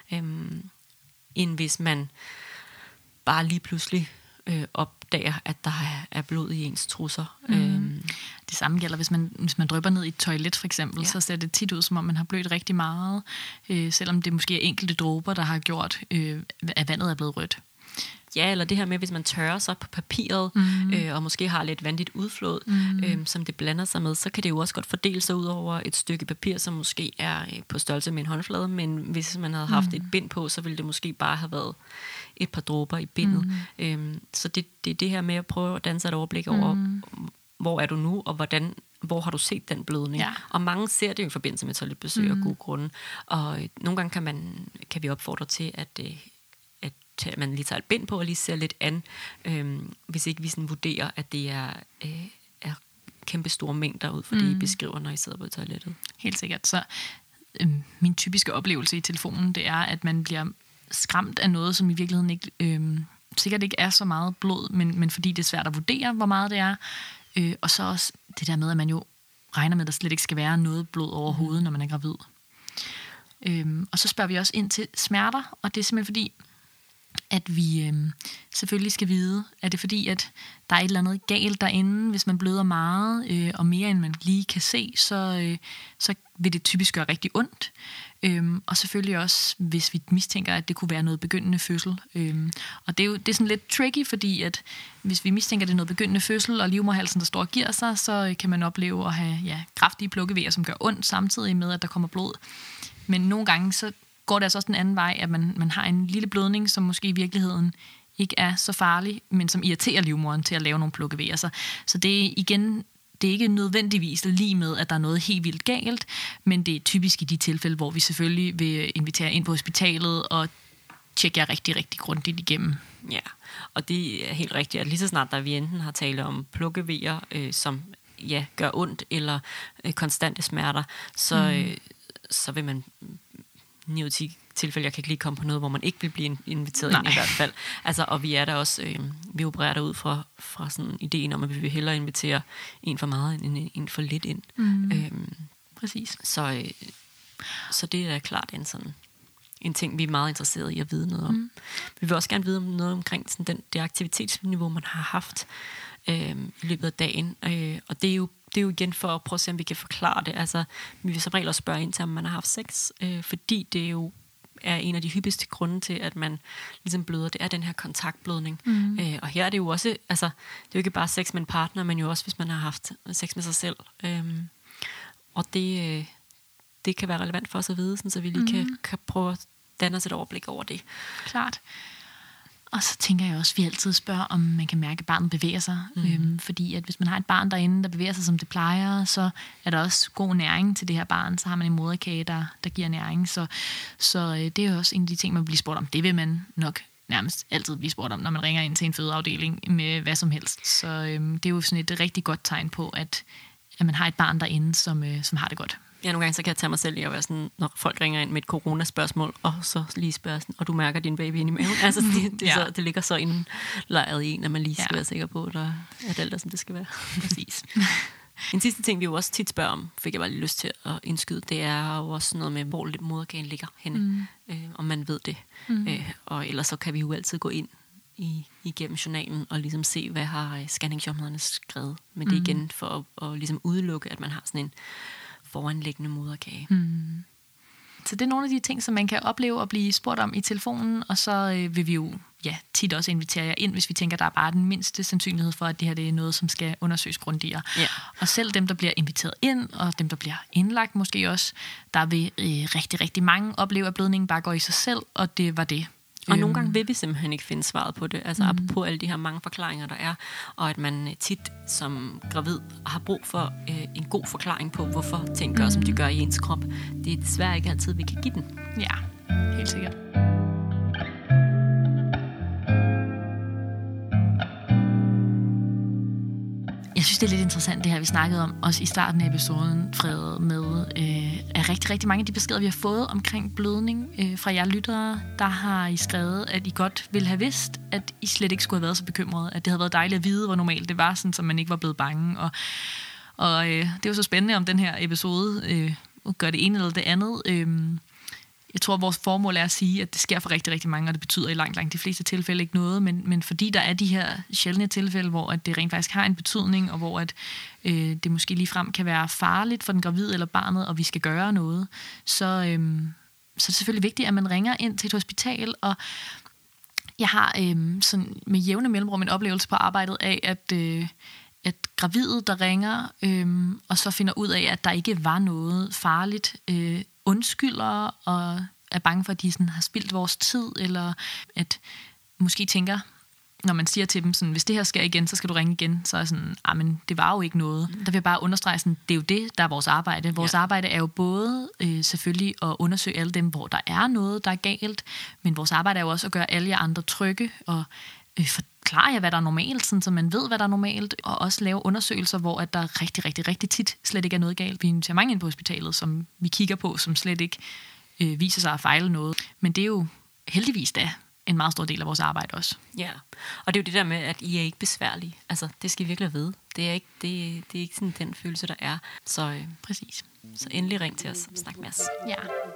end hvis man bare lige pludselig opdager, at der er blod i ens trusser.
Det samme gælder, hvis man drypper ned i et toilet, for eksempel, så ser det tit ud, som om man har blødt rigtig meget, selvom det måske er enkelte dråber, der har gjort, at vandet er blevet rødt.
Ja, eller det her med, hvis man tørrer sig på papiret, og måske har lidt vandigt udflåd, som det blander sig med, så kan det jo også godt fordele sig ud over et stykke papir, som måske er på størrelse med en håndflade, men hvis man havde haft et bind på, så ville det måske bare have været et par dråber i bindet. Så det er det her med at prøve at danne sig et overblik over, hvor er du nu, og hvor har du set den blødning? Ja. Og mange ser det jo i forbindelse med toiletbesøg og gode grunde. Og nogle gange kan vi opfordre til, at man lige tager et bind på og lige ser lidt an, hvis ikke vi sådan vurderer, at det er kæmpe store mængder ud for det, I beskriver, når I sidder på toilettet.
Helt sikkert. Så min typiske oplevelse i telefonen, det er, at man bliver skræmt af noget, som i virkeligheden ikke, sikkert ikke er så meget blod, men fordi det er svært at vurdere, hvor meget det er. Og så også det der med, at man jo regner med, at der slet ikke skal være noget blod overhovedet, når man er gravid. Og så spørger vi også ind til smerter, og det er simpelthen fordi, at vi selvfølgelig skal vide, at det er fordi, at der er et eller andet galt derinde. Hvis man bløder meget, og mere end man lige kan se, så vil det typisk gøre rigtig ondt. Og selvfølgelig også, hvis vi mistænker, at det kunne være noget begyndende fødsel. Og det er sådan lidt tricky, fordi at hvis vi mistænker, at det er noget begyndende fødsel, og livmoderhalsen, der står og giver sig, så kan man opleve at have kraftige plukkevejer, som gør ondt, samtidig med, at der kommer blod. Men nogle gange, så går det altså også den anden vej, at man har en lille blødning, som måske i virkeligheden ikke er så farlig, men som irriterer livmoderen til at lave nogle plukkevejer. Så det er igen, det er ikke nødvendigvis lige med, at der er noget helt vildt galt, men det er typisk i de tilfælde, hvor vi selvfølgelig vil invitere ind på hospitalet og tjekke jer rigtig, rigtig grundigt igennem. Ja,
og det er helt rigtigt, at lige så snart der vi enten har tale om plukkevejer, som gør ondt, eller konstante smerter, så vil man 9 ud af 10 tilfælde, jeg kan ikke lige komme på noget, hvor man ikke vil blive inviteret ind i hvert fald. Altså, og vi er der også, vi opererer der ud fra sådan ideen om, at vi vil hellere invitere en for meget end en for lidt ind.
Præcis.
Så det er klart en ting, vi er meget interesserede i at vide noget om. Vi vil også gerne vide noget omkring sådan det aktivitetsniveau, man har haft i løbet af dagen. Og det er jo igen for at prøve at se, om vi kan forklare det. Altså, vi vil som regel også spørge ind til, om man har haft sex, fordi det jo er en af de hyppigste grunde til, at man ligesom bløder. Det er den her kontaktblødning. Og her er det jo også, altså, det er jo ikke bare sex med en partner, men jo også, hvis man har haft sex med sig selv. Og det kan være relevant for os at vide, sådan, så vi lige kan prøve at danne os et overblik over det.
Klart. Og så tænker jeg også, at vi altid spørger, om man kan mærke, at barnet bevæger sig. Fordi at hvis man har et barn derinde, der bevæger sig, som det plejer, så er der også god næring til det her barn. Så har man en moderkage, der giver næring. Så det er jo også en af de ting, man bliver spurgt om. Det vil man nok nærmest altid blive spurgt om, når man ringer ind til en fødeafdeling med hvad som helst. Så det er jo sådan et rigtig godt tegn på, at man har et barn derinde, som har det godt.
Ja, nogle gange så kan jeg tage mig selv i at være sådan, når folk ringer ind med et coronaspørgsmål, og så lige spørge sådan, og du mærker din baby ind i maven. Altså, det ligger så indlejret i en, at man lige skal være sikker på, at alt er, som det skal være.
Præcis.
En sidste ting, vi jo også tit spørger om, fik jeg bare lige lyst til at indskyde, det er jo også noget med, hvor moderkagen ligger henne, om man ved det. Og ellers så kan vi jo altid gå ind igennem journalen og ligesom se, hvad har scanningsjournalerne skrevet. Men det er igen for at ligesom udelukke, at man har sådan en foranliggende moderkage.
Så det er nogle af de ting, som man kan opleve og blive spurgt om i telefonen, og så vil vi jo tit også invitere jer ind, hvis vi tænker, der er bare den mindste sandsynlighed for, at det her det er noget, som skal undersøges grundigere. Ja. Og selv dem, der bliver inviteret ind, og dem, der bliver indlagt måske også, der vil rigtig, rigtig mange opleve, at blødningen bare går i sig selv, og det var det.
Og nogle gange vil vi simpelthen ikke finde svaret på det, altså apropos alle de her mange forklaringer, der er, og at man tit som gravid har brug for en god forklaring på, hvorfor ting gør, som de gør i ens krop. Det er desværre ikke altid, vi kan give den.
Ja, helt sikkert. Jeg synes, det er lidt interessant, det her, vi snakkede om, også i starten af episoden, Frede, med at rigtig, rigtig mange af de beskeder, vi har fået omkring blødning fra jer lyttere, der har I skrevet, at I godt ville have vidst, at I slet ikke skulle have været så bekymrede, at det havde været dejligt at vide, hvor normalt det var, sådan, så man ikke var blevet bange. Og det er jo så spændende, om den her episode gør det ene eller det andet. Jeg tror, at vores formål er at sige, at det sker for rigtig, rigtig mange, og det betyder i langt de fleste tilfælde ikke noget, men fordi der er de her sjældne tilfælde, hvor at det rent faktisk har en betydning, og hvor at, det måske ligefrem kan være farligt for den gravide eller barnet, og vi skal gøre noget, så er det selvfølgelig vigtigt, at man ringer ind til et hospital, og jeg har sådan med jævne mellemrum en oplevelse på arbejdet af, at gravide, der ringer, og så finder ud af, at der ikke var noget farligt, undskylder og er bange for, at de sådan har spildt vores tid, eller at måske tænker, når man siger til dem, sådan, hvis det her sker igen, så skal du ringe igen, så er sådan, men det var jo ikke noget. Der vil jeg bare understrege, sådan, det er jo det, der er vores arbejde. Vores arbejde er jo både selvfølgelig at undersøge alle dem, hvor der er noget, der er galt, men vores arbejde er jo også at gøre alle jer andre trygge og forklare jer, hvad der er normalt, sådan, så man ved, hvad der er normalt, og også lave undersøgelser, hvor at der rigtig tit slet ikke er noget galt. Vi ser mange ind på hospitalet, som vi kigger på, som slet ikke viser sig at fejle noget. Men det er jo heldigvis da en meget stor del af vores arbejde også. Ja,
og det er jo det der med, at I er ikke besværlige. Altså, det skal I virkelig vide. Det er ikke sådan den følelse, der er. Så
præcis.
Så endelig ring til os og snak med os.
Ja.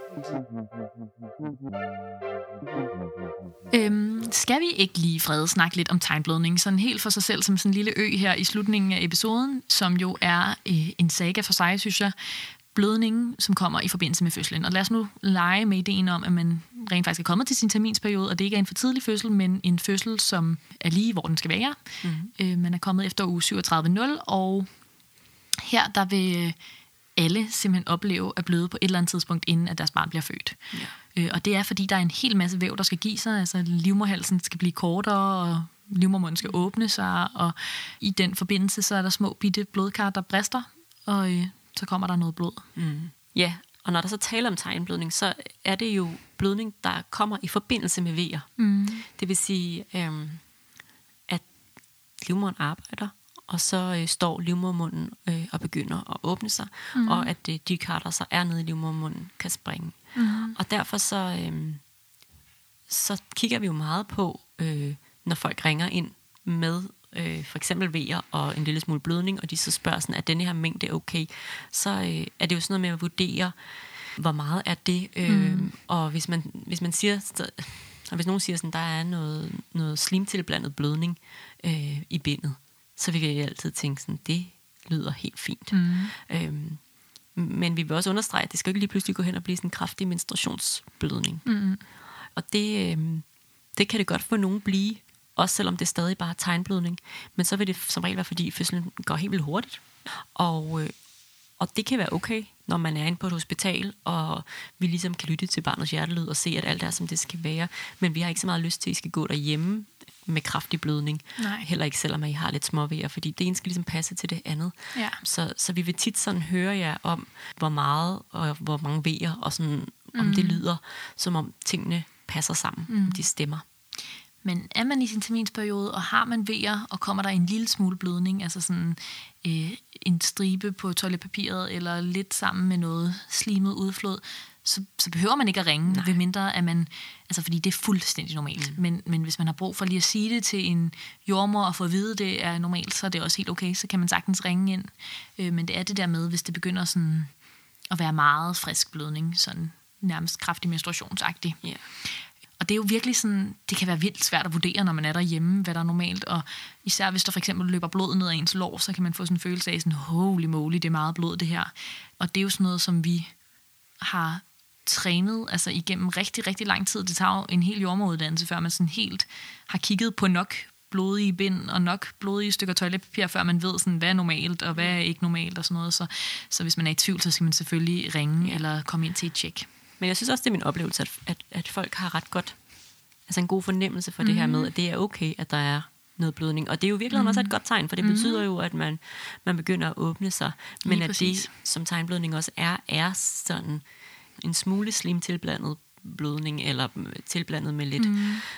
Skal vi ikke lige, Frede, snakke lidt om tegnblødning, sådan helt for sig selv som sådan en lille ø her i slutningen af episoden, som jo er en saga for sig, synes jeg. Blødningen, som kommer i forbindelse med fødslen. Og lad os nu lege med ideen om, at man rent faktisk er kommet til sin terminsperiode, og det ikke er en for tidlig fødsel, men en fødsel, som er lige, hvor den skal være. Man er kommet efter uge 37.0, og her der vil alle simpelthen opleve at bløde på et eller andet tidspunkt, inden at deres barn bliver født. Ja. Og det er, fordi der er en hel masse væv, der skal give sig. Altså livmoderhalsen skal blive kortere, og livmodermunden skal åbne sig, og i den forbindelse, så er der små bitte blodkar, der brister, og så kommer der noget blod.
Ja, og når der så taler om tegnblødning, så er det jo blødning, der kommer i forbindelse med vejer. Det vil sige, at livmoderen arbejder, og så står livmodermunden og begynder at åbne sig, og at de kar, der så er nede i livmodermunden, kan springe. Og derfor så kigger vi jo meget på, når folk ringer ind med for eksempel vejer og en lille smule blødning, og de så spørger sådan, at denne her mængde er okay, så er det jo sådan noget med at vurdere, hvor meget er det, og hvis man siger, og hvis nogen siger sådan, der er noget slimtilblandet blødning i bindet, så vil jeg altid tænke sådan, det lyder helt fint. Men vi vil også understrege, at det skal ikke lige pludselig gå hen og blive sådan en kraftig menstruationsblødning. Og det kan det godt for nogen blive, også selvom det stadig bare er tegnblødning. Men så vil det som regel være, fordi fødslen går helt vildt hurtigt. Og det kan være okay, når man er inde på et hospital, og vi ligesom kan lytte til barnets hjertelyd og se, at alt er, som det skal være. Men vi har ikke så meget lyst til, at I skal gå derhjemme med kraftig blødning. Nej. Heller ikke, selvom I har lidt småvejer, fordi det ene skal ligesom passe til det andet. Ja. Så vi vil tit sådan høre jer om, hvor meget og hvor mange vejer, og sådan, om det lyder, som om tingene passer sammen, om de stemmer.
Men er man i sin terminsperiode, og har man vejer, og kommer der en lille smule blødning, altså sådan en stribe på toiletpapiret, eller lidt sammen med noget slimet udflod, så behøver man ikke at ringe, ved mindre at man, altså fordi det er fuldstændig normalt. Men hvis man har brug for lige at sige det til en jordemoder og få at vide, at det er normalt, så er det også helt okay, så kan man sagtens ringe ind. Men det er det der med, hvis det begynder sådan at være meget frisk blødning, sådan nærmest kraftig menstruationsagtig.
Yeah.
Og det er jo virkelig sådan, det kan være vildt svært at vurdere, når man er derhjemme, hvad der er normalt. Og især hvis der for eksempel løber blod ned ad ens lår, så kan man få sådan en følelse af sådan, holy moly, det er meget blod det her. Og det er jo sådan noget, som vi har trænet altså igennem rigtig, rigtig lang tid. Det tager jo en hel jordemoderuddannelse, før man sådan helt har kigget på nok blodige bind og nok blodige stykker toiletpapir, før man ved, sådan, hvad er normalt og hvad er ikke normalt og sådan noget. Så hvis man er i tvivl, så skal man selvfølgelig ringe eller komme ind til et tjek.
Men jeg synes også, det er min oplevelse, at folk har ret godt, altså en god fornemmelse for det her med, at det er okay, at der er noget blødning. Og det er jo virkelig også et godt tegn, for det betyder jo, at man begynder at åbne sig. Men at det, som tegnblødning også er sådan en smule slimtilblandet blødning, eller tilblandet med lidt,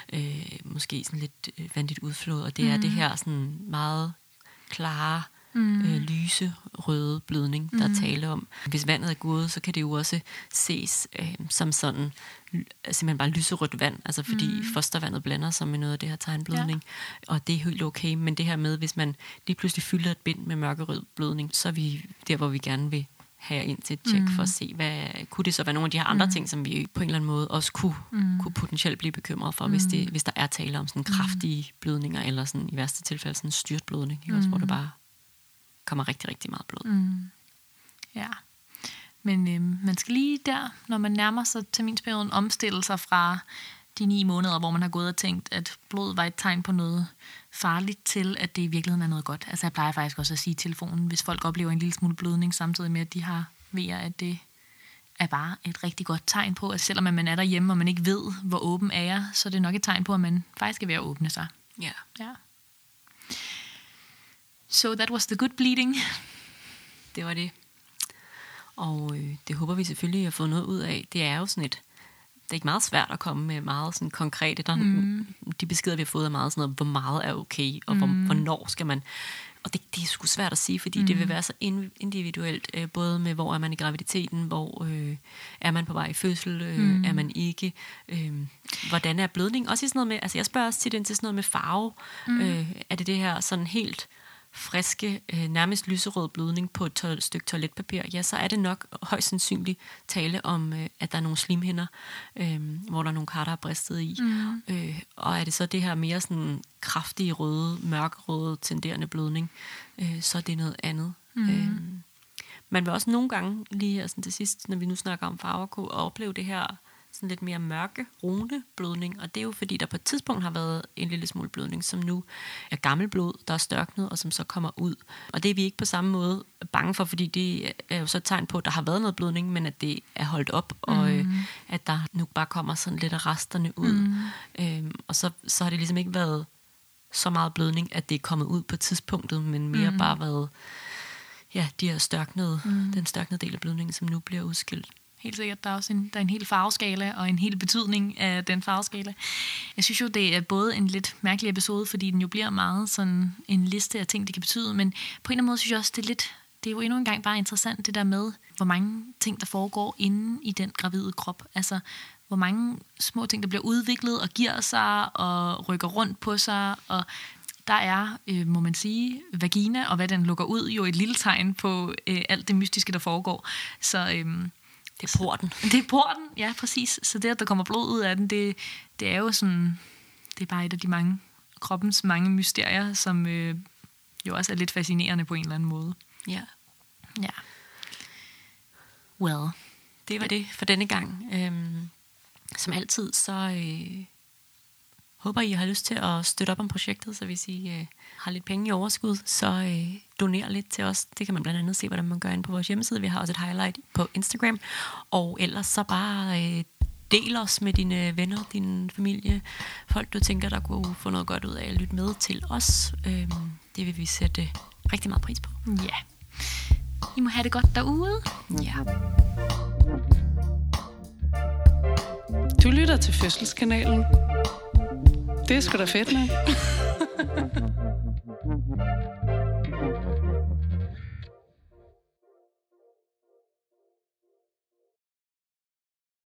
måske sådan lidt vandigt udflod. Og det er det her sådan meget klare, lyse, røde blødning, der er tale om. Hvis vandet er gået, så kan det jo også ses som sådan, simpelthen bare lyserødt vand, altså fordi fostervandet blander sig med noget af det her tegnblødning, og det er helt okay, men det her med, hvis man lige pludselig fylder et bind med mørkerød blødning, så er vi der, hvor vi gerne vil have ind til et tjek for at se, kunne det så være nogle af de her andre ting, som vi på en eller anden måde også kunne potentielt blive bekymret for, hvis der er tale om sådan kraftige blødninger, eller sådan i værste tilfælde sådan styrtblødning, også, hvor det bare kommer rigtig, rigtig meget blod.
Ja. Men man skal lige der, når man nærmer sig terminsperioden, omstille sig fra de 9 måneder, hvor man har gået og tænkt, at blod var et tegn på noget farligt, til at det i virkeligheden er noget godt. Altså jeg plejer faktisk også at sige i telefonen, hvis folk oplever en lille smule blødning, samtidig med, at de har vejer, at det er bare et rigtig godt tegn på, at selvom man er derhjemme, og man ikke ved, hvor åben er jeg, så er det nok et tegn på, at man faktisk er ved at åbne sig.
Ja.
So that was the good bleeding.
Det var det. Og det håber vi selvfølgelig at have fået noget ud af. Det er jo sådan det er ikke meget svært at komme med meget sådan konkrete. De beskeder, vi har fået, er meget sådan noget, hvor meget er okay, og hvornår skal man. Og det er sgu svært at sige, fordi det vil være så individuelt, både med, hvor er man i graviditeten, hvor er man på vej i fødsel, er man ikke, hvordan er blødning. Også i sådan noget med, altså jeg spørger også tit ind til sådan noget med farve. Er det her sådan helt friske, nærmest lyserød blødning på et stykke toiletpapir, ja, så er det nok højst sandsynligt tale om, at der er nogle slimhinder, hvor der er nogle kar, der er bristet i. Og er det så det her mere sådan kraftige, røde, mørkerøde, tenderende blødning, så er det noget andet. Man vil også nogle gange, lige her sådan til sidst, når vi nu snakker om farver, kunne opleve det her sådan lidt mere mørke, brune blødning, og det er jo fordi, der på et tidspunkt har været en lille smule blødning, som nu er gammel blod, der er størknet, og som så kommer ud. Og det er vi ikke på samme måde bange for, fordi det er jo så et tegn på, at der har været noget blødning, men at det er holdt op, og at der nu bare kommer sådan lidt af resterne ud. Og så har det ligesom ikke været så meget blødning, at det er kommet ud på tidspunktet, men mere bare været de her størknede, den størknede del af blødningen, som nu bliver udskilt.
Helt sikkert. Der er også en hel farveskala og en hel betydning af den farveskala. Jeg synes jo, det er både en lidt mærkelig episode, fordi den jo bliver meget sådan en liste af ting, det kan betyde, men på en eller anden måde synes jeg også, det er jo endnu en gang bare interessant, det der med, hvor mange ting, der foregår inde i den gravide krop. Altså, hvor mange små ting, der bliver udviklet og giver sig og rykker rundt på sig, og der er, må man sige, vagina og hvad den lukker ud, jo et lille tegn på alt det mystiske, der foregår. Så
det er porten.
Det er porten, ja, præcis. Så det, at der kommer blod ud af den, det er jo sådan, det er bare et af de kroppens mange mysterier, som jo også er lidt fascinerende på en eller anden måde.
Ja.
Well.
Det var det for denne gang. Som altid, så håber I har lyst til at støtte op om projektet, så hvis I har lidt penge i overskud, så doner lidt til os. Det kan man blandt andet se, hvordan man gør inde på vores hjemmeside. Vi har også et highlight på Instagram. Og ellers så bare del os med dine venner, din familie, folk du tænker, der kunne få noget godt ud af at lytte med til os. Det vil vi sætte rigtig meget pris på.
Ja. I må have det godt derude.
Ja.
Du lytter til Fødselskanalen. Det er sgu da fedt, man.